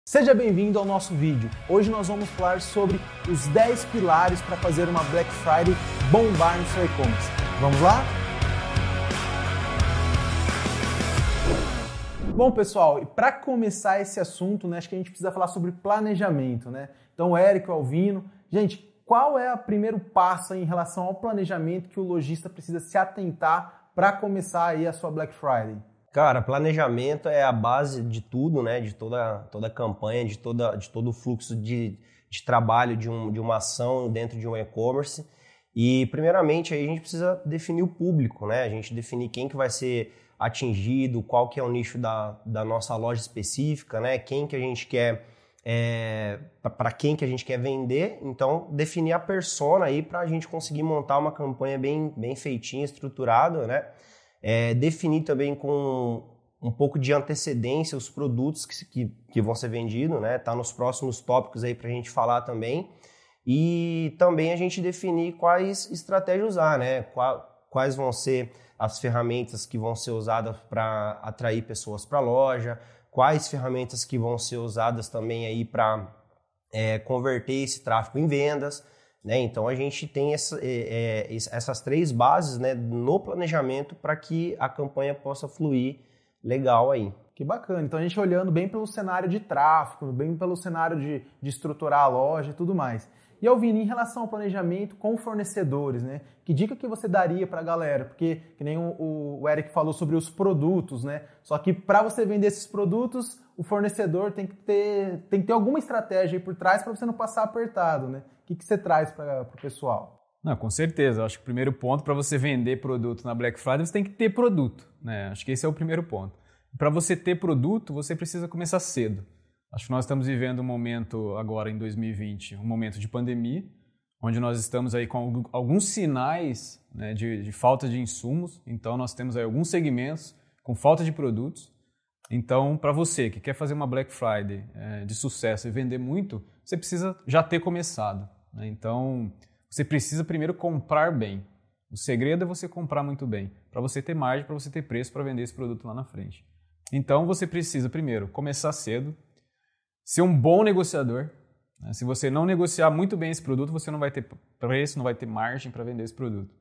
Seja bem-vindo ao nosso vídeo. Hoje nós vamos falar sobre os 10 pilares para fazer uma Black Friday bombar no seu e-commerce. Vamos lá? Bom, pessoal, e para começar esse assunto, acho que a gente precisa falar sobre planejamento, Então, Érico, Alvino, gente, qual é o primeiro passo em relação ao planejamento que o lojista precisa se atentar para começar aí a sua Black Friday? Cara, planejamento é a base de tudo, de toda campanha, de todo o fluxo de trabalho de uma ação dentro de um e-commerce. E, primeiramente, aí a gente precisa definir o público, A gente definir quem que vai ser atingido, qual que é o nicho da nossa loja específica, Quem que a gente quer, para quem que a gente quer vender. Então, definir a persona aí para a gente conseguir montar uma campanha bem feitinha, estruturada, Definir também com um pouco de antecedência os produtos que vão ser vendidos, Tá nos próximos tópicos aí para a gente falar também. E também a gente definir quais estratégias usar, Quais vão ser as ferramentas que vão ser usadas para atrair pessoas para a loja, quais ferramentas que vão ser usadas também aí para converter esse tráfego em vendas. Então, a gente tem essas três bases no planejamento para que a campanha possa fluir legal aí. Que bacana. Então, a gente olhando bem pelo cenário de tráfego, bem pelo cenário de estruturar a loja e tudo mais. E, Alvino, em relação ao planejamento com fornecedores, Que dica que você daria para a galera? Porque, que nem o Eric falou sobre os produtos, Só que para você vender esses produtos, o fornecedor tem que ter alguma estratégia aí por trás para você não passar apertado, O que você traz para o pessoal? Não, com certeza. Eu acho que o primeiro ponto para você vender produto na Black Friday, você tem que ter produto, Acho que esse é o primeiro ponto. Para você ter produto, você precisa começar cedo. Acho que nós estamos vivendo um momento agora em 2020, um momento de pandemia, onde nós estamos aí com alguns sinais de falta de insumos. Então, nós temos aí alguns segmentos com falta de produtos. Então, para você que quer fazer uma Black Friday de sucesso e vender muito, você precisa já ter começado. Então, você precisa primeiro comprar bem. O segredo é você comprar muito bem, para você ter margem, para você ter preço para vender esse produto lá na frente. Então, você precisa primeiro começar cedo, ser um bom negociador. Se você não negociar muito bem esse produto, você não vai ter preço, não vai ter margem para vender esse produto.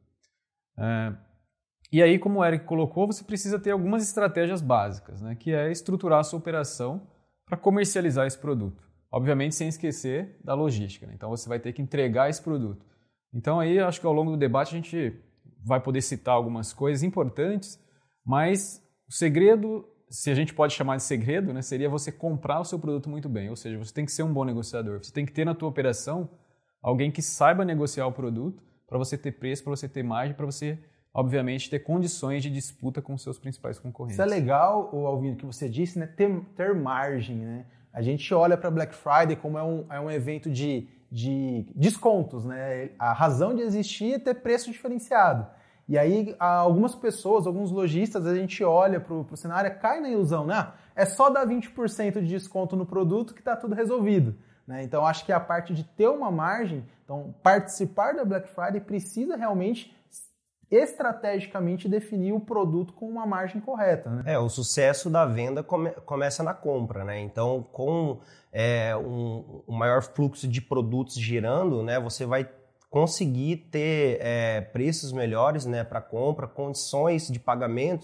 E aí, como o Eric colocou, você precisa ter algumas estratégias básicas, que é estruturar a sua operação para comercializar esse produto. Obviamente, sem esquecer da logística. Então, você vai ter que entregar esse produto. Então, aí, acho que ao longo do debate a gente vai poder citar algumas coisas importantes, mas o segredo, se a gente pode chamar de segredo, seria você comprar o seu produto muito bem. Ou seja, você tem que ser um bom negociador. Você tem que ter na tua operação alguém que saiba negociar o produto para você ter preço, para você ter margem, para você, obviamente, ter condições de disputa com os seus principais concorrentes. Isso é legal, Alvino, que você disse, ter margem, A gente olha para Black Friday como é um evento de descontos, A razão de existir é ter preço diferenciado. E aí, algumas pessoas, alguns lojistas, a gente olha para o cenário, cai na ilusão, é só dar 20% de desconto no produto que está tudo resolvido. Então, acho que a parte de ter uma margem, então participar da Black Friday precisa realmente estrategicamente definir o produto com uma margem correta. O sucesso da venda começa na compra, Então, com um maior fluxo de produtos girando, você vai conseguir ter preços melhores para compra, condições de pagamentos,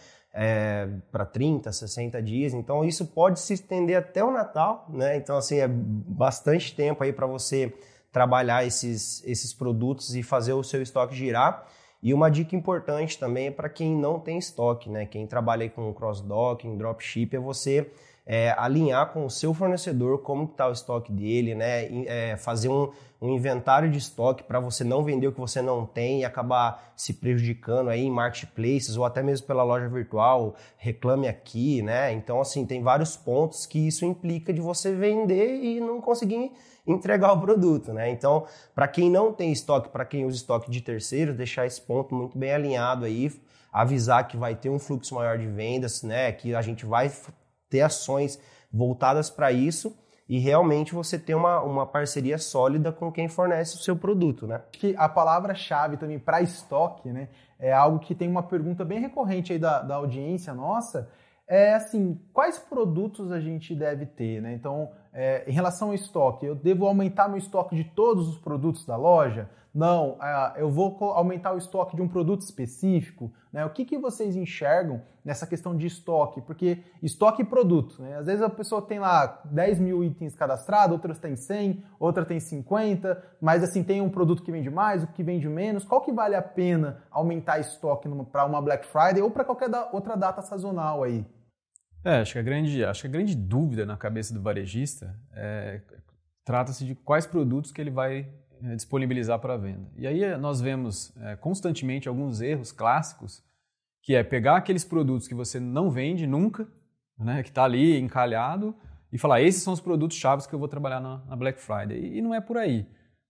para 30, 60 dias. Então, isso pode se estender até o Natal, Então, assim, é bastante tempo aí para você trabalhar esses produtos e fazer o seu estoque girar. E uma dica importante também é para quem não tem estoque, Quem trabalha aí com cross-docking, dropship, é você alinhar com o seu fornecedor como está o estoque dele, fazer um inventário de estoque para você não vender o que você não tem e acabar se prejudicando aí em marketplaces ou até mesmo pela loja virtual, reclame aqui, Então, assim, tem vários pontos que isso implica de você vender e não conseguir entregar o produto, Então, para quem não tem estoque, para quem usa estoque de terceiros, deixar esse ponto muito bem alinhado aí, avisar que vai ter um fluxo maior de vendas, que a gente vai ter ações voltadas para isso e realmente você ter uma parceria sólida com quem fornece o seu produto, Que a palavra-chave também para estoque, é algo que tem uma pergunta bem recorrente aí da audiência nossa, assim, quais produtos a gente deve ter, né? Então, em relação ao estoque, eu devo aumentar meu estoque de todos os produtos da loja? Não, eu vou aumentar o estoque de um produto específico, né? O que vocês enxergam nessa questão de estoque? Porque estoque e produto, né? Às vezes a pessoa tem lá 10 mil itens cadastrados, outras tem 100, outra tem 50, mas assim, tem um produto que vende mais, o que vende menos. Qual que vale a pena aumentar estoque para uma Black Friday ou para qualquer outra data sazonal aí? Acho que a grande dúvida na cabeça do varejista trata-se de quais produtos que ele vai disponibilizar para venda. E aí nós vemos constantemente alguns erros clássicos, que é pegar aqueles produtos que você não vende nunca, né, que está ali encalhado, e falar, esses são os produtos chaves que eu vou trabalhar na Black Friday. E não é por aí.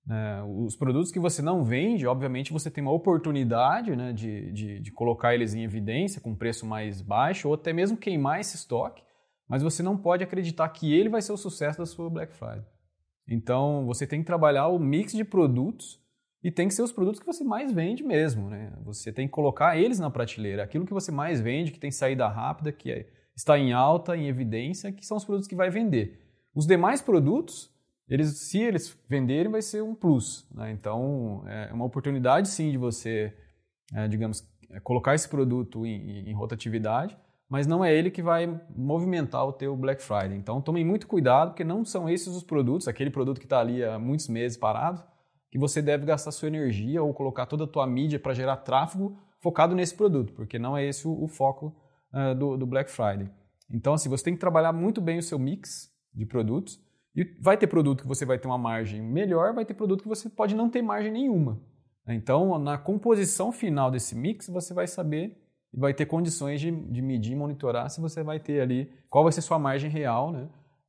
Os produtos que você não vende, obviamente você tem uma oportunidade, né, de colocar eles em evidência com preço mais baixo, ou até mesmo queimar esse estoque, mas você não pode acreditar que ele vai ser o sucesso da sua Black Friday. Então, você tem que trabalhar o mix de produtos e tem que ser os produtos que você mais vende mesmo, né? Você tem que colocar eles na prateleira. Aquilo que você mais vende, que tem saída rápida, que está em alta, em evidência, que são os produtos que vai vender. Os demais produtos, se eles venderem, vai ser um plus, né? Então, é uma oportunidade, sim, de você, colocar esse produto em rotatividade, mas não é ele que vai movimentar o teu Black Friday. Então, tomem muito cuidado, porque não são esses os produtos, aquele produto que está ali há muitos meses parado, que você deve gastar sua energia ou colocar toda a tua mídia para gerar tráfego focado nesse produto, porque não é esse o foco do Black Friday. Então, assim, você tem que trabalhar muito bem o seu mix de produtos, e vai ter produto que você vai ter uma margem melhor, vai ter produto que você pode não ter margem nenhuma. Então, na composição final desse mix, você vai saber e vai ter condições de medir e monitorar se você vai ter ali, qual vai ser sua margem real, né?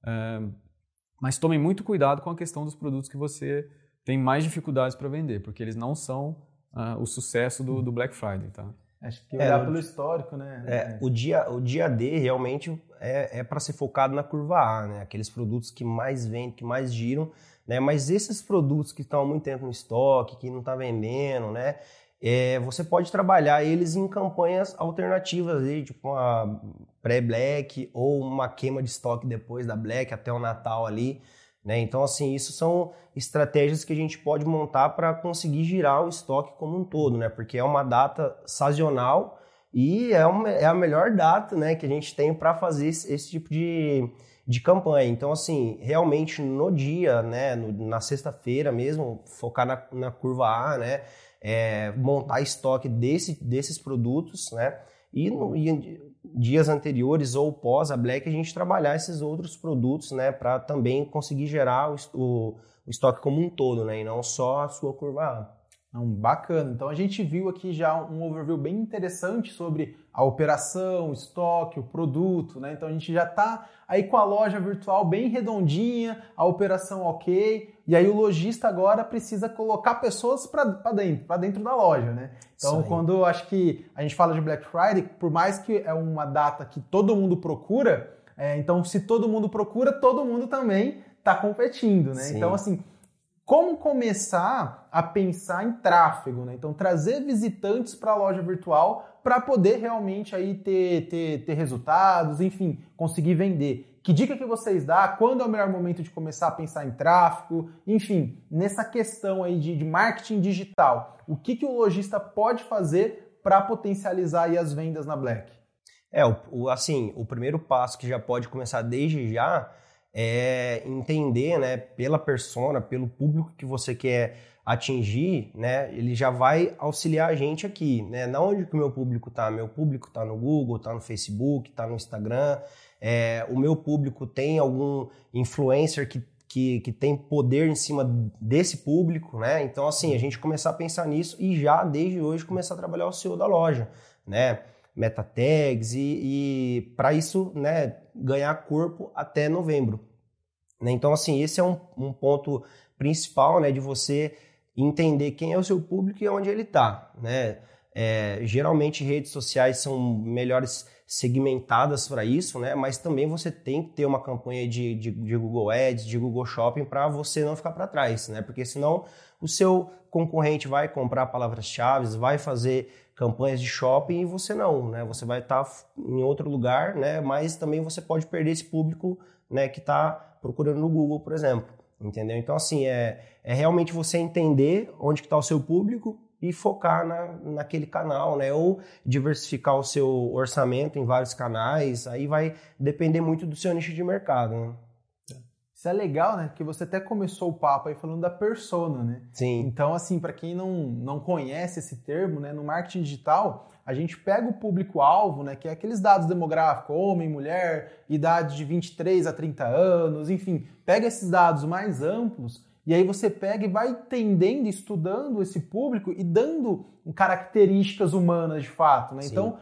Mas tomem muito cuidado com a questão dos produtos que você tem mais dificuldades para vender, porque eles não são o sucesso do Black Friday, tá? Acho que olhar pelo histórico, né? O dia D realmente é para ser focado na curva A, né? Aqueles produtos que mais vendem, que mais giram, né? Mas esses produtos que estão há muito tempo no estoque, que não está vendendo, né? Você pode trabalhar eles em campanhas alternativas, aí, tipo uma pré-Black ou uma queima de estoque depois da Black até o Natal ali, né? Então, assim, isso são estratégias que a gente pode montar para conseguir girar o estoque como um todo, né? Porque é uma data sazonal e é a melhor data, né, que a gente tem para fazer esse tipo de campanha. Então, assim, realmente no dia, né, na sexta-feira mesmo, focar na curva A, né? Montar estoque desses produtos, né? E em dias anteriores ou pós a Black a gente trabalhar esses outros produtos, né? Para também conseguir gerar o estoque como um todo, né? E não só a sua curva A. Bacana. Então a gente viu aqui já um overview bem interessante sobre a operação, o estoque, o produto, né? Então a gente já está aí com a loja virtual bem redondinha, a operação ok, e aí o lojista agora precisa colocar pessoas para dentro da loja, né? Então quando acho que a gente fala de Black Friday, por mais que é uma data que todo mundo procura, então se todo mundo procura, todo mundo também está competindo, né? Sim. Então assim, como começar a pensar em tráfego, né? Então, trazer visitantes para a loja virtual para poder realmente aí ter resultados, enfim, conseguir vender. Que dica que vocês dão? Quando é o melhor momento de começar a pensar em tráfego? Enfim, nessa questão aí de marketing digital, o que o lojista pode fazer para potencializar aí as vendas na Black? O primeiro passo que já pode começar desde já é entender, né, pela persona, pelo público que você quer atingir, né, ele já vai auxiliar a gente aqui, né, na onde que o meu público está? Meu público está no Google, está no Facebook, está no Instagram, o meu público tem algum influencer que tem poder em cima desse público, né, então assim, a gente começar a pensar nisso e já desde hoje começar a trabalhar o SEO da loja, né, meta tags e para isso, né, ganhar corpo até novembro. Né? Então, assim, esse é um ponto principal, né, de você entender quem é o seu público e onde ele está. Né? Geralmente, redes sociais são melhores segmentadas para isso, né? Mas também você tem que ter uma campanha de Google Ads, de Google Shopping para você não ficar para trás, né? Porque senão o seu concorrente vai comprar palavras-chave, vai fazer campanhas de shopping e você não, né? Você vai estar em outro lugar, né? Mas também você pode perder esse público, né, que está procurando no Google, por exemplo, entendeu? Então, assim, é realmente você entender onde que está o seu público e focar naquele canal, né? Ou diversificar o seu orçamento em vários canais, aí vai depender muito do seu nicho de mercado, né? Isso é legal, né? Porque você até começou o papo aí falando da persona, né? Sim. Então, assim, para quem não conhece esse termo, né? No marketing digital, a gente pega o público-alvo, né? Que é aqueles dados demográficos, homem, mulher, idade de 23 a 30 anos, enfim. Pega esses dados mais amplos e aí você pega e vai entendendo, estudando esse público e dando características humanas de fato, né? Sim. Então,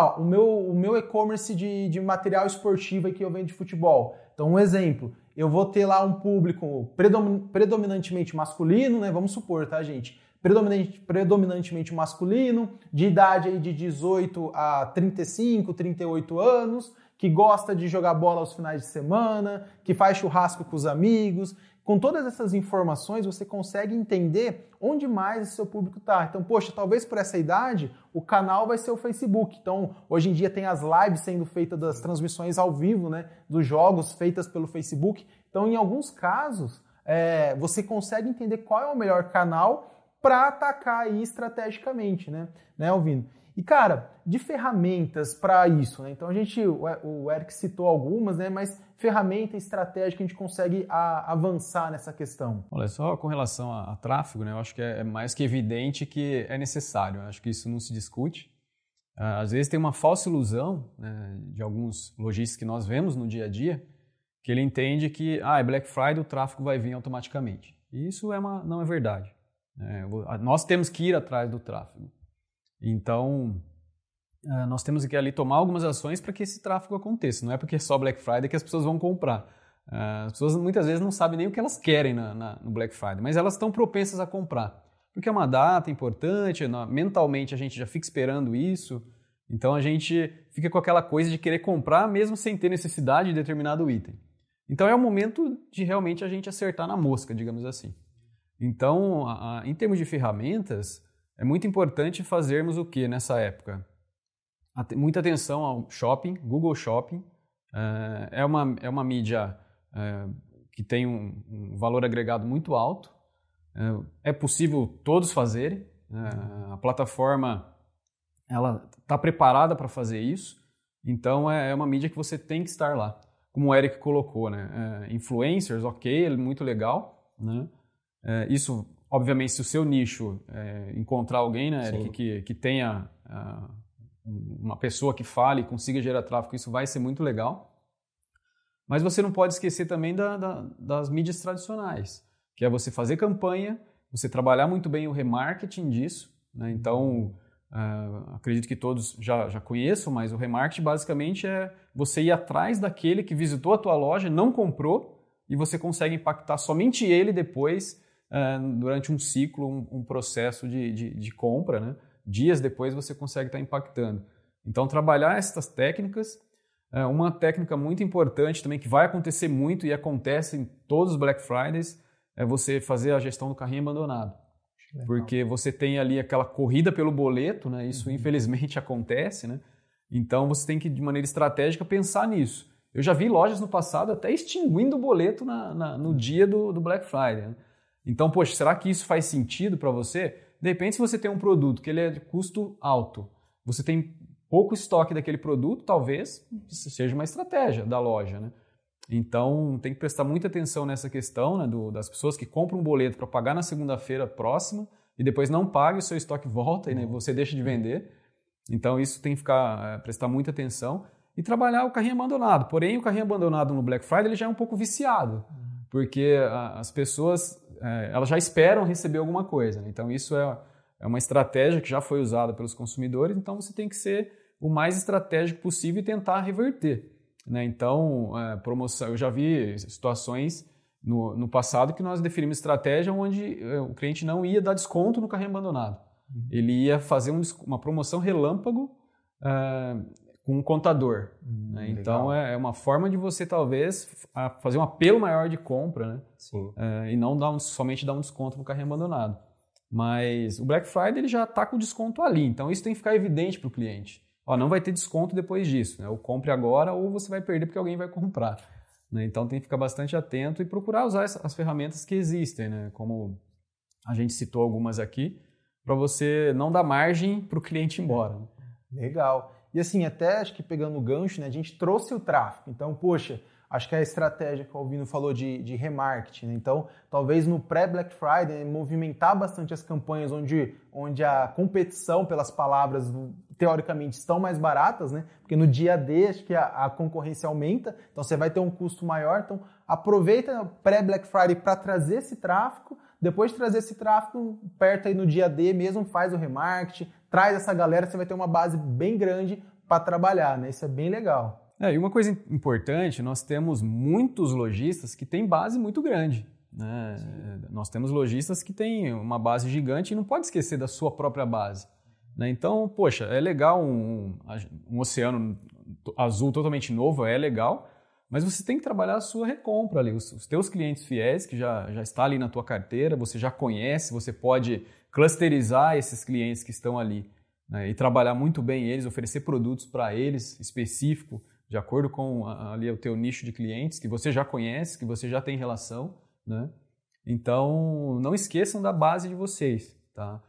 o meu e-commerce de material esportivo aí que eu vendo de futebol. Então, um exemplo, eu vou ter lá um público predominantemente masculino, né? Vamos supor, tá, gente? Predominantemente masculino, de idade aí de 18 a 35, 38 anos, que gosta de jogar bola aos finais de semana, que faz churrasco com os amigos. Com todas essas informações, você consegue entender onde mais esse seu público está. Então, poxa, talvez por essa idade, o canal vai ser o Facebook. Então, hoje em dia tem as lives sendo feitas das transmissões ao vivo, né, dos jogos feitas pelo Facebook. Então, em alguns casos, você consegue entender qual é o melhor canal para atacar aí estrategicamente, né, Alvino? E, cara, de ferramentas para isso, né? Então, o Eric citou algumas, né? Mas ferramenta estratégica que a gente consegue avançar nessa questão. Olha, só com relação a tráfego, né? Eu acho que é mais que evidente que é necessário. Eu acho que isso não se discute. Às vezes tem uma falsa ilusão, né, de alguns lojistas que nós vemos no dia a dia, que ele entende que, Black Friday o tráfego vai vir automaticamente. E isso não é verdade. Nós temos que ir atrás do tráfego. Então, nós temos que ali tomar algumas ações para que esse tráfego aconteça. Não é porque é só Black Friday que as pessoas vão comprar. As pessoas muitas vezes não sabem nem o que elas querem no Black Friday, mas elas estão propensas a comprar. Porque é uma data importante, mentalmente a gente já fica esperando isso, então a gente fica com aquela coisa de querer comprar mesmo sem ter necessidade de determinado item. Então é o momento de realmente a gente acertar na mosca, digamos assim. Então, em termos de ferramentas, é muito importante fazermos o que nessa época? Muita atenção ao shopping, Google Shopping. É uma mídia que tem um valor agregado muito alto. É possível todos fazerem. A plataforma está preparada para fazer isso. Então, é uma mídia que você tem que estar lá. Como o Eric colocou, né? Influencers, ok, muito legal, né? Isso, obviamente, se o seu nicho encontrar alguém, né, Eric, que tenha uma pessoa que fale e consiga gerar tráfego, isso vai ser muito legal. Mas você não pode esquecer também das mídias tradicionais, que é você fazer campanha, você trabalhar muito bem o remarketing disso, né? Então, acredito que todos já conheçam, mas o remarketing basicamente é você ir atrás daquele que visitou a tua loja, não comprou, e você consegue impactar somente ele depois, durante um ciclo, um processo de compra, né? Dias depois você consegue estar impactando. Então, trabalhar essas técnicas. Uma técnica muito importante também, que vai acontecer muito e acontece em todos os Black Fridays, é você fazer a gestão do carrinho abandonado. Legal. Porque você tem ali aquela corrida pelo boleto, né? Isso infelizmente acontece, né? Então você tem que, de maneira estratégica, pensar nisso. Eu já vi lojas no passado até extinguindo o boleto no dia do Black Friday, né? Então, poxa, será que isso faz sentido para você? De repente, se você tem um produto que ele é de custo alto, você tem pouco estoque daquele produto, talvez seja uma estratégia da loja, né? Então, tem que prestar muita atenção nessa questão, né, das pessoas que compram um boleto para pagar na segunda-feira próxima e depois não paga, o seu estoque volta e, né, você deixa de vender. Então, isso tem que prestar muita atenção e trabalhar o carrinho abandonado. Porém, o carrinho abandonado no Black Friday ele já é um pouco viciado, porque as pessoas elas já esperam receber alguma coisa, né? Então, isso é uma estratégia que já foi usada pelos consumidores, então você tem que ser o mais estratégico possível e tentar reverter, né? Então, promoção, eu já vi situações no passado que nós definimos estratégia onde o cliente não ia dar desconto no carrinho abandonado. Ele ia fazer uma promoção relâmpago com um contador. Né? Então, é uma forma de você, talvez, fazer um apelo maior de compra, né? Sim. E não somente dar um desconto no carrinho abandonado. Mas o Black Friday ele já está com o desconto ali, então isso tem que ficar evidente para o cliente. Não vai ter desconto depois disso, né? Ou compre agora ou você vai perder porque alguém vai comprar. Né? Então tem que ficar bastante atento e procurar usar as ferramentas que existem, né? Como a gente citou algumas aqui, para você não dar margem para o cliente ir embora. Né? Legal. E assim, até acho que pegando o gancho, né, a gente trouxe o tráfego. Então, poxa, acho que a estratégia que o Albino falou de remarketing, né? Então, talvez no pré-Black Friday, movimentar bastante as campanhas onde a competição pelas palavras, teoricamente, estão mais baratas, né? Porque no dia D, acho que a concorrência aumenta, então você vai ter um custo maior. Então, aproveita o pré-Black Friday para trazer esse tráfego. Depois de trazer esse tráfego, perto aí no dia D mesmo, faz o remarketing, traz essa galera, você vai ter uma base bem grande para trabalhar, né? Isso é bem legal. E uma coisa importante, nós temos muitos lojistas que têm base muito grande. Né? Nós temos lojistas que têm uma base gigante e não pode esquecer da sua própria base. Né? Então, poxa, é legal um oceano azul totalmente novo, é legal, mas você tem que trabalhar a sua recompra ali, os teus clientes fiéis, que já está ali na tua carteira, você já conhece, você pode clusterizar esses clientes que estão ali, né? E trabalhar muito bem eles, oferecer produtos para eles específico, de acordo com ali o teu nicho de clientes, que você já conhece, que você já tem relação, né? Então, não esqueçam da base de vocês, tá?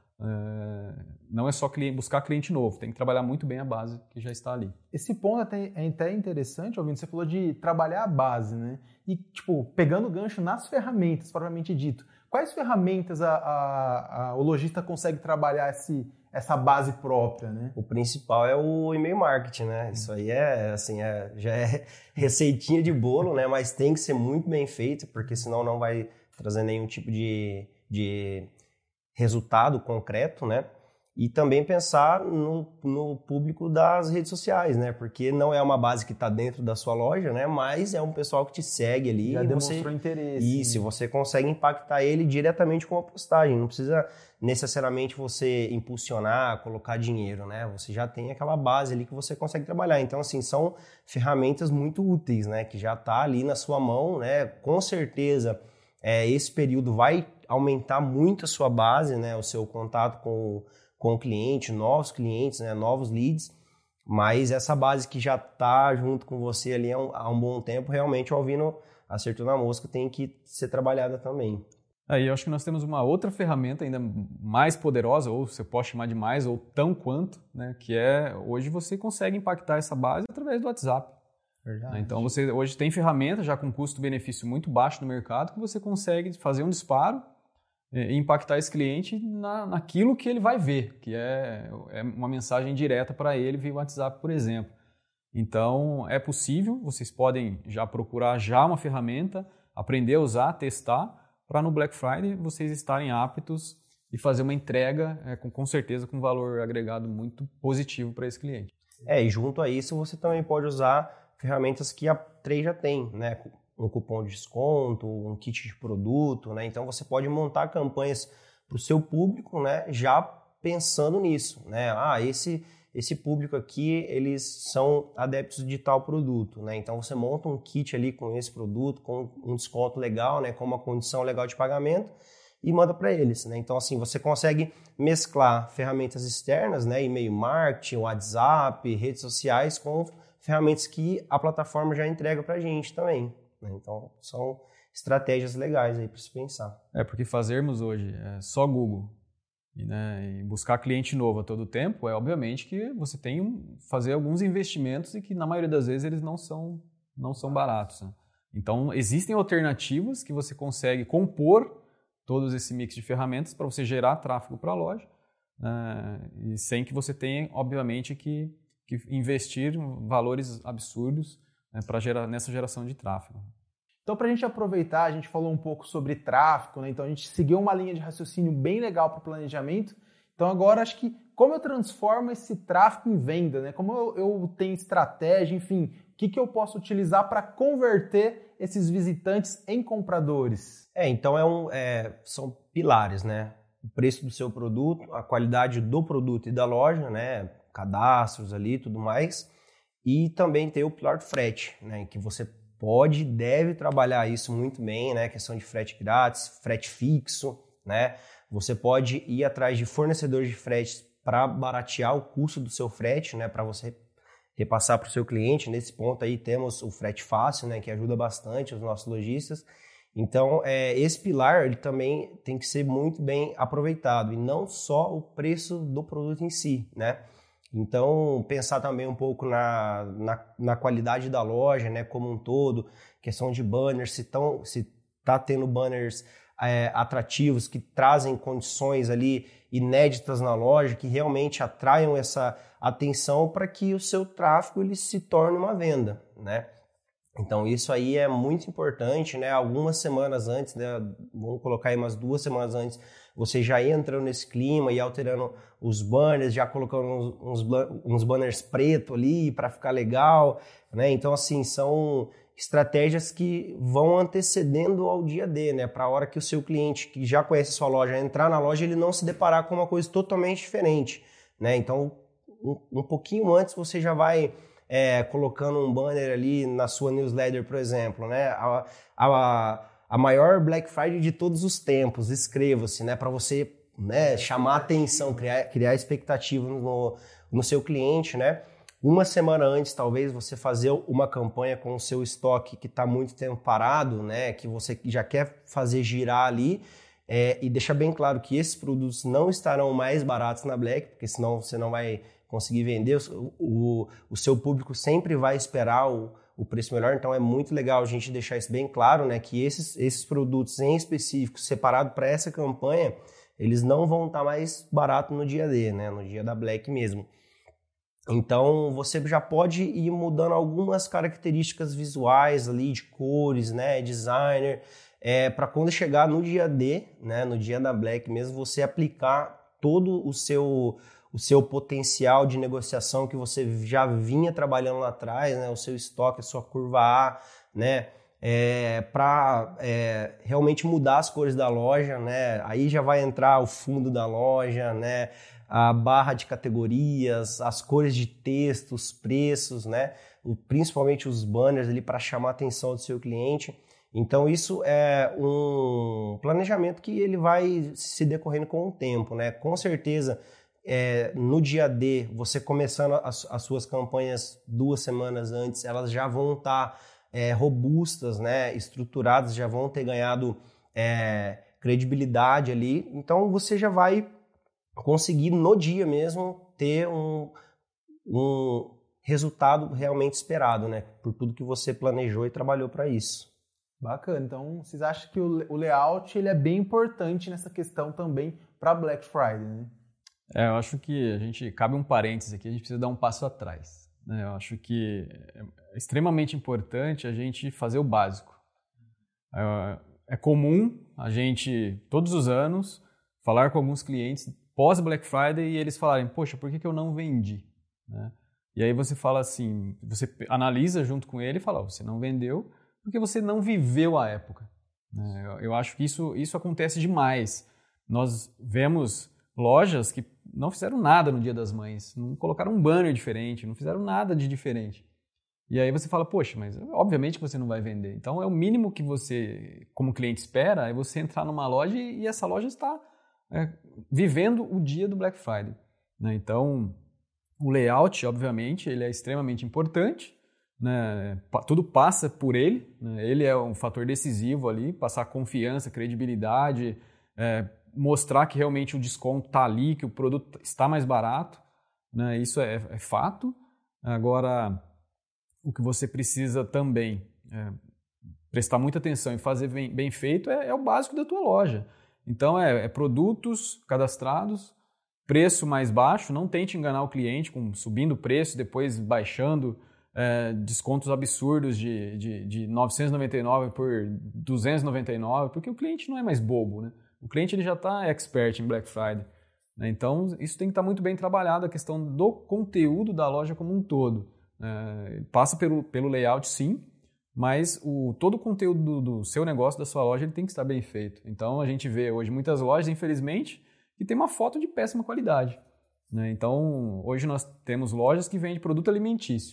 Não é só buscar cliente novo, tem que trabalhar muito bem a base que já está ali. Esse ponto é até interessante, Albino, você falou de trabalhar a base, né? E, pegando o gancho nas ferramentas, propriamente dito, quais ferramentas o lojista consegue trabalhar essa base própria, né? O principal é o e-mail marketing, né? Isso aí já é receitinha de bolo, né? Mas tem que ser muito bem feito, porque senão não vai trazer nenhum tipo de resultado concreto, né? E também pensar no público das redes sociais, né? Porque não é uma base que está dentro da sua loja, né? Mas é um pessoal que te segue ali. Já demonstrou interesse. Isso, né? Você consegue impactar ele diretamente com a postagem. Não precisa necessariamente você impulsionar, colocar dinheiro, né? Você já tem aquela base ali que você consegue trabalhar. Então, assim, são ferramentas muito úteis, né? Que já está ali na sua mão, né? Com certeza, esse período vai aumentar muito a sua base, né? O seu contato com o cliente, novos clientes, né, novos leads, mas essa base que já está junto com você ali há um bom tempo, realmente o Albino acertou na mosca, tem que ser trabalhada também. Aí eu acho que nós temos uma outra ferramenta ainda mais poderosa, ou você pode chamar de mais, ou tão quanto, né, que hoje você consegue impactar essa base através do WhatsApp. Verdade. Então você hoje tem ferramentas já com custo-benefício muito baixo no mercado que você consegue fazer um disparo e impactar esse cliente naquilo que ele vai ver, que é uma mensagem direta para ele via WhatsApp, por exemplo. Então, é possível, vocês podem já procurar uma ferramenta, aprender a usar, testar, para no Black Friday vocês estarem aptos e fazer uma entrega, com certeza, com valor agregado muito positivo para esse cliente. E junto a isso, você também pode usar ferramentas que a Trade já tem, né? Um cupom de desconto, um kit de produto, né? Então você pode montar campanhas para o seu público, né? Já pensando nisso, né? Esse público aqui, eles são adeptos de tal produto, né? Então você monta um kit ali com esse produto, com um desconto legal, né? Com uma condição legal de pagamento e manda para eles, né? Então assim, você consegue mesclar ferramentas externas, né? E-mail marketing, WhatsApp, redes sociais com ferramentas que a plataforma já entrega para a gente também. Então, são estratégias legais aí para se pensar. Porque fazermos hoje só Google e buscar cliente novo a todo tempo, obviamente que você tem que fazer alguns investimentos e que na maioria das vezes eles não são baratos. Né? Então, existem alternativas que você consegue compor todo esse mix de ferramentas para você gerar tráfego para a loja, e sem que você tenha, obviamente, que investir valores absurdos nessa geração de tráfego. Então, para a gente aproveitar, a gente falou um pouco sobre tráfego, né? Então a gente seguiu uma linha de raciocínio bem legal para o planejamento. Então agora acho que como eu transformo esse tráfego em venda, né? Como eu tenho estratégia, enfim, o que eu posso utilizar para converter esses visitantes em compradores? Então são pilares, né? O preço do seu produto, a qualidade do produto e da loja, né? Cadastros ali, tudo mais. E também tem o pilar do frete, né, que você pode e deve trabalhar isso muito bem, né, questão de frete grátis, frete fixo, né, você pode ir atrás de fornecedores de frete para baratear o custo do seu frete, né, para você repassar para o seu cliente. Nesse ponto aí temos o frete fácil, né, que ajuda bastante os nossos lojistas. Então, esse pilar ele também tem que ser muito bem aproveitado, e não só o preço do produto em si, né? Então, pensar também um pouco na qualidade da loja, né, como um todo, questão de banners, se está tendo banners atrativos, que trazem condições ali inéditas na loja, que realmente atraiam essa atenção para que o seu tráfego ele se torne uma venda, né? Então, isso aí é muito importante, né? Algumas semanas antes, né? Vamos colocar aí umas 2 semanas antes, você já ia entrando nesse clima e alterando os banners, já colocando uns banners pretos ali para ficar legal, né? Então, assim, são estratégias que vão antecedendo ao dia D, né? Para a hora que o seu cliente, que já conhece a sua loja, entrar na loja, ele não se deparar com uma coisa totalmente diferente, né? Então, um pouquinho antes você já vai colocando um banner ali na sua newsletter, por exemplo, né? A maior Black Friday de todos os tempos, escreva-se, né? Para você, né, chamar atenção, criar expectativa no seu cliente, né? Uma semana antes, talvez, você fazer uma campanha com o seu estoque que está muito tempo parado, né? Que você já quer fazer girar ali, e deixar bem claro que esses produtos não estarão mais baratos na Black, porque senão você não vai conseguir vender, o seu público sempre vai esperar o preço melhor. Então é muito legal a gente deixar isso bem claro, né, que esses produtos em específico, separados para essa campanha, eles não vão estar mais baratos no dia D, né, no dia da Black mesmo. Então você já pode ir mudando algumas características visuais ali, de cores, né, designer, para quando chegar no dia D, né, no dia da Black mesmo, você aplicar todo o seu potencial de negociação que você já vinha trabalhando lá atrás, né, o seu estoque, a sua curva A, né, para realmente mudar as cores da loja, né, aí já vai entrar o fundo da loja, né, a barra de categorias, as cores de texto, os preços, né, principalmente os banners ali para chamar a atenção do seu cliente. Então isso é um planejamento que ele vai se decorrendo com o tempo, né, com certeza. No dia D, você começando as suas campanhas 2 semanas antes, elas já vão estar robustas, né, estruturadas, já vão ter ganhado credibilidade ali. Então você já vai conseguir no dia mesmo ter um resultado realmente esperado, né, por tudo que você planejou e trabalhou para isso. Bacana. Então vocês acham que o layout ele é bem importante nessa questão também para Black Friday, né? Eu acho que cabe um parênteses aqui, a gente precisa dar um passo atrás, né? Eu acho que é extremamente importante a gente fazer o básico. É comum a gente, todos os anos, falar com alguns clientes pós-Black Friday e eles falarem, poxa, por que eu não vendi? Né? E aí você fala assim, você analisa junto com ele e fala, você não vendeu porque você não viveu a época. Né? Eu acho que isso acontece demais. Nós vemos lojas que não fizeram nada no Dia das Mães, não colocaram um banner diferente, não fizeram nada de diferente. E aí você fala, poxa, mas obviamente que você não vai vender. Então é o mínimo que você, como cliente, espera, é você entrar numa loja e essa loja está vivendo o dia do Black Friday. Né? Então o layout, obviamente, ele é extremamente importante, né? Tudo passa por ele, né? Ele é um fator decisivo ali, passar confiança, credibilidade, mostrar que realmente o desconto está ali, que o produto está mais barato, né? Isso é fato. Agora, o que você precisa também prestar muita atenção e fazer bem feito é o básico da tua loja. Então, produtos cadastrados, preço mais baixo, não tente enganar o cliente com subindo o preço, depois baixando descontos absurdos de 999 por 299, porque o cliente não é mais bobo, né? O cliente ele já está expert em Black Friday. Né? Então, isso tem que estar muito bem trabalhado, a questão do conteúdo da loja como um todo. Passa pelo layout, sim, mas todo o conteúdo do seu negócio, da sua loja, ele tem que estar bem feito. Então, a gente vê hoje muitas lojas, infelizmente, que tem uma foto de péssima qualidade. Né? Então, hoje nós temos lojas que vendem produto alimentício.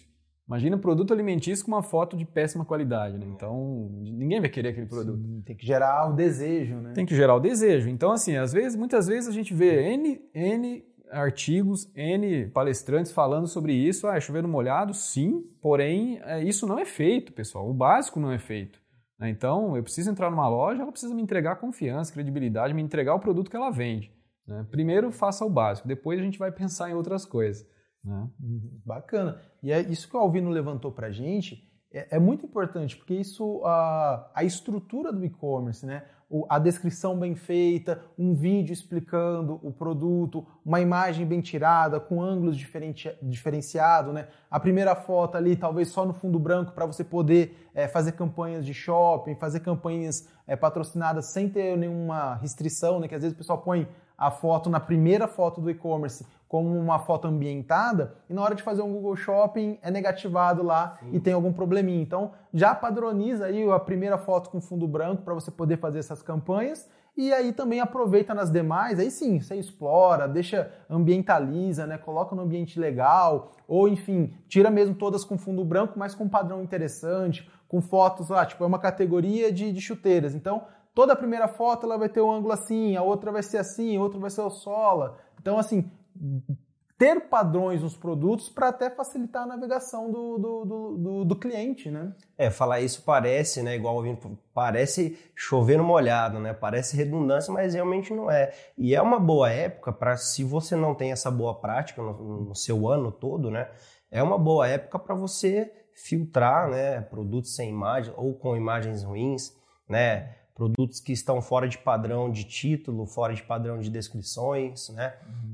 Imagina produto alimentício com uma foto de péssima qualidade, né? Então, ninguém vai querer aquele produto. Sim, tem que gerar o desejo, né? Tem que gerar o desejo. Então, assim, muitas vezes a gente vê N artigos, N palestrantes falando sobre isso. É chover no molhado? Sim, porém, isso não é feito, pessoal. O básico não é feito. Então, eu preciso entrar numa loja, ela precisa me entregar confiança, credibilidade, me entregar o produto que ela vende. Né? Primeiro, faça o básico. Depois, a gente vai pensar em outras coisas. Né? Bacana. E é isso que o Alvino levantou para a gente é muito importante, porque isso, a estrutura do e-commerce, né? A descrição bem feita, um vídeo explicando o produto, uma imagem bem tirada, com ângulos diferenciados, né? A primeira foto ali, talvez só no fundo branco, para você poder fazer campanhas de shopping, fazer campanhas patrocinadas sem ter nenhuma restrição, né? Que às vezes o pessoal põe a foto na primeira foto do e-commerce como uma foto ambientada e na hora de fazer um Google Shopping é negativado lá. Sim. E tem algum probleminha. Então já padroniza aí a primeira foto com fundo branco para você poder fazer essas campanhas e aí também aproveita nas demais, aí sim, você explora, ambientaliza, né? Coloca no ambiente legal ou enfim, tira mesmo todas com fundo branco, mas com um padrão interessante, com fotos lá, tipo é uma categoria de chuteiras. Então toda a primeira foto ela vai ter um ângulo assim, a outra vai ser assim, a outra vai ser o sola. Então assim, ter padrões nos produtos para até facilitar a navegação do cliente, né? Falar isso parece, né, igual parece chover no molhado, né? Parece redundância, mas realmente não é. E é uma boa época para, se você não tem essa boa prática no seu ano todo, né? É uma boa época para você filtrar, né, produtos sem imagem ou com imagens ruins, né? Produtos que estão fora de padrão de título, fora de padrão de descrições, né?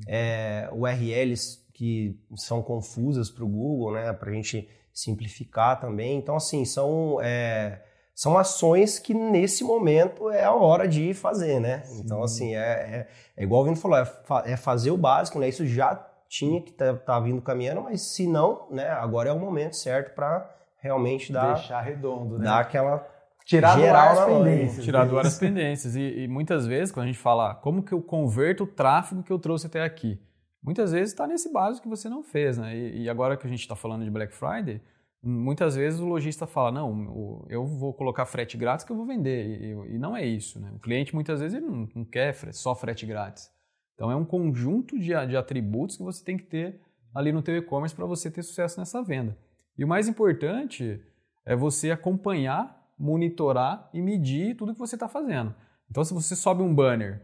URLs que são confusas para o Google, né? Para a gente simplificar também. Então, assim, são ações que nesse momento é a hora de fazer, né? Sim. Então, assim, é igual o Vino falou, é fazer o básico, né? Isso já tinha que tá vindo caminhando, mas se não, né? Agora é o momento certo para realmente deixar redondo, né? Dar aquela... Tirar do ar as pendências. Tirar do ar as pendências. E muitas vezes, quando a gente fala como que eu converto o tráfego que eu trouxe até aqui, muitas vezes está nesse básico que você não fez, né? E agora que a gente está falando de Black Friday, muitas vezes o lojista fala, não, eu vou colocar frete grátis que eu vou vender. E não é isso, né? O cliente muitas vezes ele não quer só frete grátis. Então é um conjunto de atributos que você tem que ter ali no teu e-commerce para você ter sucesso nessa venda. E o mais importante é você acompanhar, monitorar e medir tudo que você está fazendo. Então, se você sobe um banner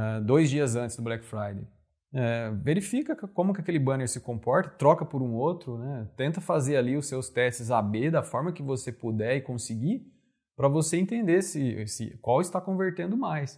2 dias antes do Black Friday, verifica como que aquele banner se comporta, troca por um outro, né? Tenta fazer ali os seus testes AB da forma que você puder e conseguir, para você entender qual está convertendo mais.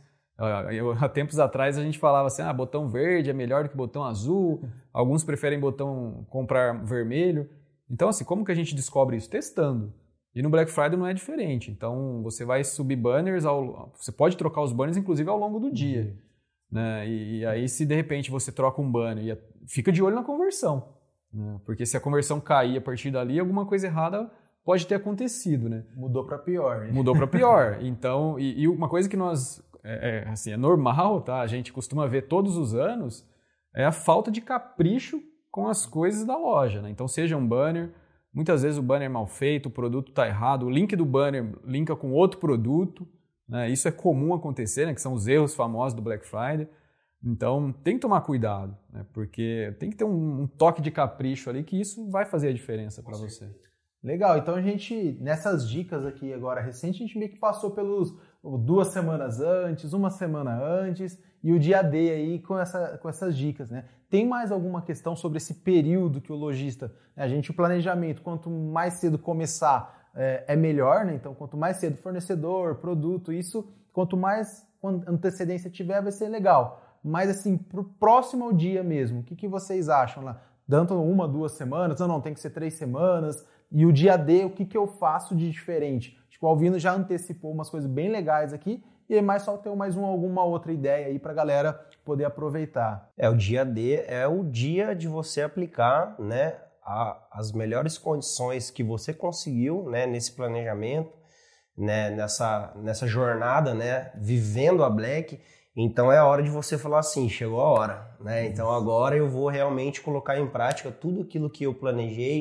Há tempos atrás a gente falava assim, botão verde é melhor do que botão azul, alguns preferem botão comprar vermelho. Então, assim, como que a gente descobre isso? Testando. E no Black Friday não é diferente. Então, você vai subir banners, você pode trocar os banners, inclusive, ao longo do dia. Né? E aí, se de repente você troca um banner, fica de olho na conversão. Né? Porque se a conversão cair a partir dali, alguma coisa errada pode ter acontecido. Né? Mudou para pior. Mudou para pior. Então, e uma coisa que nós, assim, é normal, tá? A gente costuma ver todos os anos, é a falta de capricho com as coisas da loja. Né? Então, seja um banner... Muitas vezes o banner é mal feito, o produto está errado, o link do banner linka com outro produto. Né? Isso é comum acontecer, né? Que são os erros famosos do Black Friday. Então, tem que tomar cuidado, né? Porque tem que ter um toque de capricho ali, que isso vai fazer a diferença para você. Legal, então a gente, nessas dicas aqui agora recente, a gente meio que passou pelos 2 semanas antes, 1 semana antes e o dia D aí com essas dicas, né? Tem mais alguma questão sobre esse período que o lojista, né? O planejamento, quanto mais cedo começar é melhor, né? Então, quanto mais cedo fornecedor, produto, isso, quanto mais antecedência tiver, vai ser legal. Mas assim, pro próximo ao dia mesmo, o que vocês acham lá? Tanto 1, 2 semanas, não, tem que ser 3 semanas. E o dia D, o que eu faço de diferente? Acho que o Alvino já antecipou umas coisas bem legais aqui, e é mais só ter alguma outra ideia aí para a galera poder aproveitar. O dia D é o dia de você aplicar, né, as melhores condições que você conseguiu, né, nesse planejamento, né, nessa jornada, né, vivendo a Black. Então é a hora de você falar assim, chegou a hora, né? Então agora eu vou realmente colocar em prática tudo aquilo que eu planejei,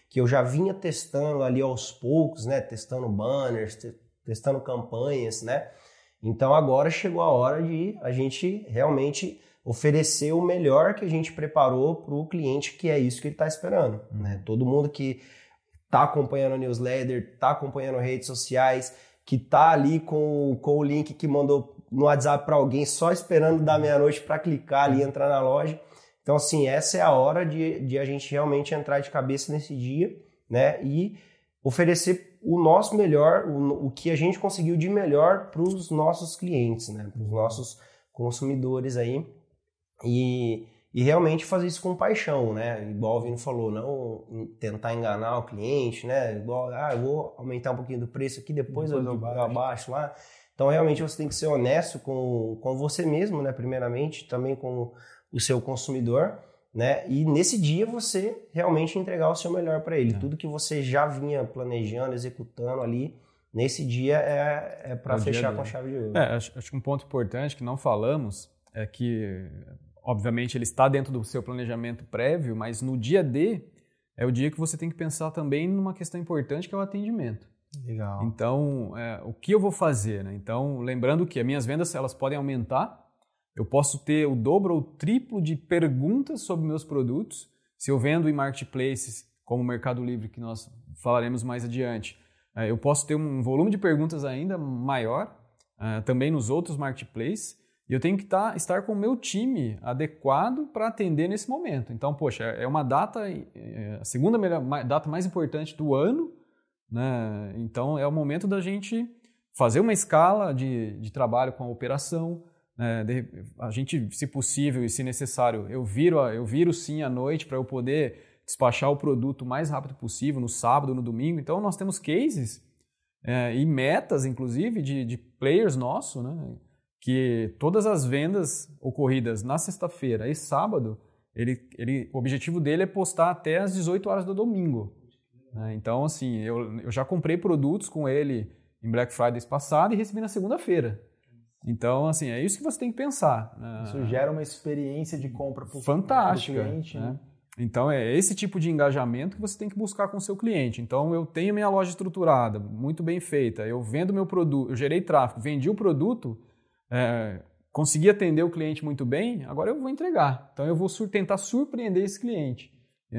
que eu já vinha testando ali aos poucos, né? Testando banners, testando campanhas, né? Então agora chegou a hora de a gente realmente oferecer o melhor que a gente preparou para o cliente, que é isso que ele está esperando, né? Todo mundo que está acompanhando a newsletter, está acompanhando redes sociais, que está ali com o link que mandou no WhatsApp para alguém, só esperando da meia-noite para clicar ali e entrar na loja. Então, assim, essa é a hora de a gente realmente entrar de cabeça nesse dia, né? E oferecer o nosso melhor, o que a gente conseguiu de melhor para os nossos clientes, né? Para os nossos consumidores aí. E realmente fazer isso com paixão, né? Igual o Vini falou, não tentar enganar o cliente, né? Igual, eu vou aumentar um pouquinho do preço aqui, depois eu abaixo lá. Então, realmente, você tem que ser honesto com você mesmo, né? Primeiramente, também com o seu consumidor, né? E nesse dia você realmente entregar o seu melhor para ele. Tudo que você já vinha planejando, executando ali, nesse dia é para fechar com chave de ouro. Acho que um ponto importante que não falamos é que, obviamente, ele está dentro do seu planejamento prévio, mas no dia D é o dia que você tem que pensar também numa questão importante, que é o atendimento. Legal. Então, o que eu vou fazer, né? Então, lembrando que as minhas vendas elas podem aumentar, eu posso ter o dobro ou o triplo de perguntas sobre meus produtos. Se eu vendo em marketplaces, como o Mercado Livre, que nós falaremos mais adiante, eu posso ter um volume de perguntas ainda maior, também nos outros marketplaces, e eu tenho que estar com o meu time adequado para atender nesse momento. Então, poxa, é uma data, a segunda data mais importante do ano, né? Então, é o momento da gente fazer uma escala de trabalho com a operação. A gente, se possível e se necessário, eu viro sim à noite para eu poder despachar o produto o mais rápido possível, no sábado, no domingo. Então, nós temos cases e metas, inclusive, de players nossos, né? Que todas as vendas ocorridas na sexta-feira e sábado, o objetivo dele é postar até às 18 horas do domingo. Então, assim, eu já comprei produtos com ele em Black Friday passado e recebi na segunda-feira. Então, assim, é isso que você tem que pensar. Isso gera uma experiência de compra fantástica, pro cliente, né? Então, é esse tipo de engajamento que você tem que buscar com o seu cliente. Então, eu tenho minha loja estruturada, muito bem feita, eu vendo meu produto, eu gerei tráfego, vendi o produto, consegui atender o cliente muito bem, agora eu vou entregar. Então, eu vou tentar surpreender esse cliente.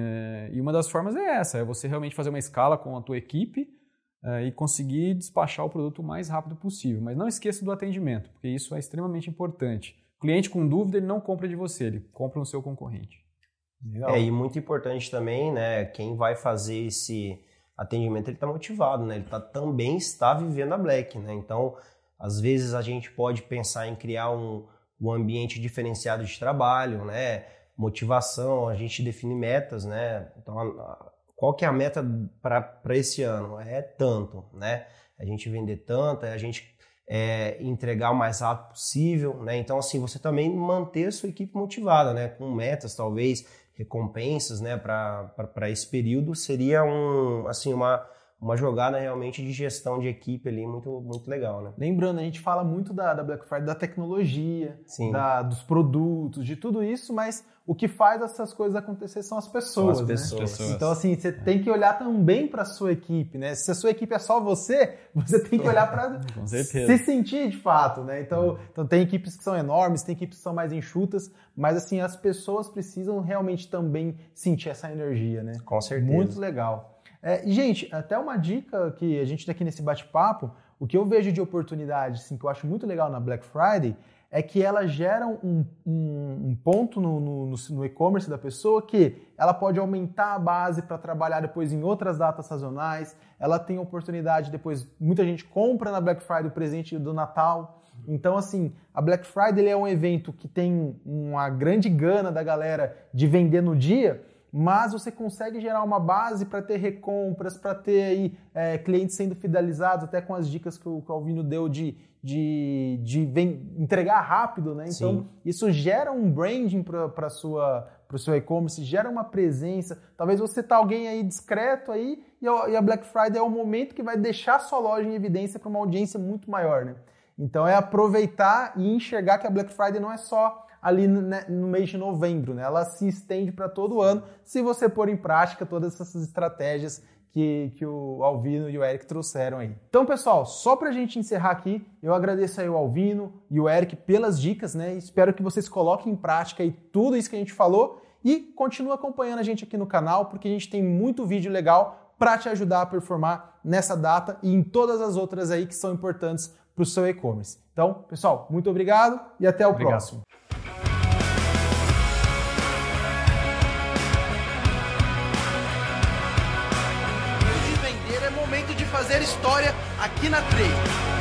E uma das formas é essa, é você realmente fazer uma escala com a tua equipe e conseguir despachar o produto o mais rápido possível. Mas não esqueça do atendimento, porque isso é extremamente importante. O cliente com dúvida, ele não compra de você, ele compra no seu concorrente. E muito importante também, né, quem vai fazer esse atendimento, ele está motivado, né, ele também está vivendo a Black, né, então, às vezes a gente pode pensar em criar um ambiente diferenciado de trabalho, né, motivação, a gente define metas, né, então, qual que é a meta para esse ano? É tanto, né, a gente vender tanto, a gente entregar o mais rápido possível, né, então, assim, você também manter a sua equipe motivada, né, com metas, talvez, recompensas, né, para esse período, seria uma jogada realmente de gestão de equipe ali muito, muito legal, né? Lembrando, a gente fala muito da Black Friday, da tecnologia, dos produtos, de tudo isso, mas o que faz essas coisas acontecer são as pessoas, né? Então, assim, você tem que olhar também para a sua equipe, né? Se a sua equipe é só você tem que olhar para se sentir de fato, né? Então, tem equipes que são enormes, tem equipes que são mais enxutas, mas, assim, as pessoas precisam realmente também sentir essa energia, né? Com certeza. Muito legal. E, gente, até uma dica que a gente tem aqui nesse bate-papo, o que eu vejo de oportunidade, assim, que eu acho muito legal na Black Friday, é que ela gera um ponto no e-commerce da pessoa que ela pode aumentar a base para trabalhar depois em outras datas sazonais, ela tem oportunidade depois, muita gente compra na Black Friday o presente do Natal. Então, assim, a Black Friday ele é um evento que tem uma grande gana da galera de vender no dia, mas você consegue gerar uma base para ter recompras, para ter aí, clientes sendo fidelizados, até com as dicas que o Alvino deu de entregar rápido, né? Então, isso gera um branding para o seu e-commerce, gera uma presença. Talvez você tá alguém aí discreto aí e a Black Friday é o momento que vai deixar a sua loja em evidência para uma audiência muito maior, né? Então, é aproveitar e enxergar que a Black Friday não é só ali no mês de novembro, né? Ela se estende para todo o ano se você pôr em prática todas essas estratégias que o Alvino e o Eric trouxeram aí. Então, pessoal, só para a gente encerrar aqui, eu agradeço aí o Alvino e o Eric pelas dicas, né? Espero que vocês coloquem em prática aí tudo isso que a gente falou e continue acompanhando a gente aqui no canal, porque a gente tem muito vídeo legal para te ajudar a performar nessa data e em todas as outras aí que são importantes para o seu e-commerce. Então, pessoal, muito obrigado e até o próximo. De vender é momento de fazer história aqui na Trade.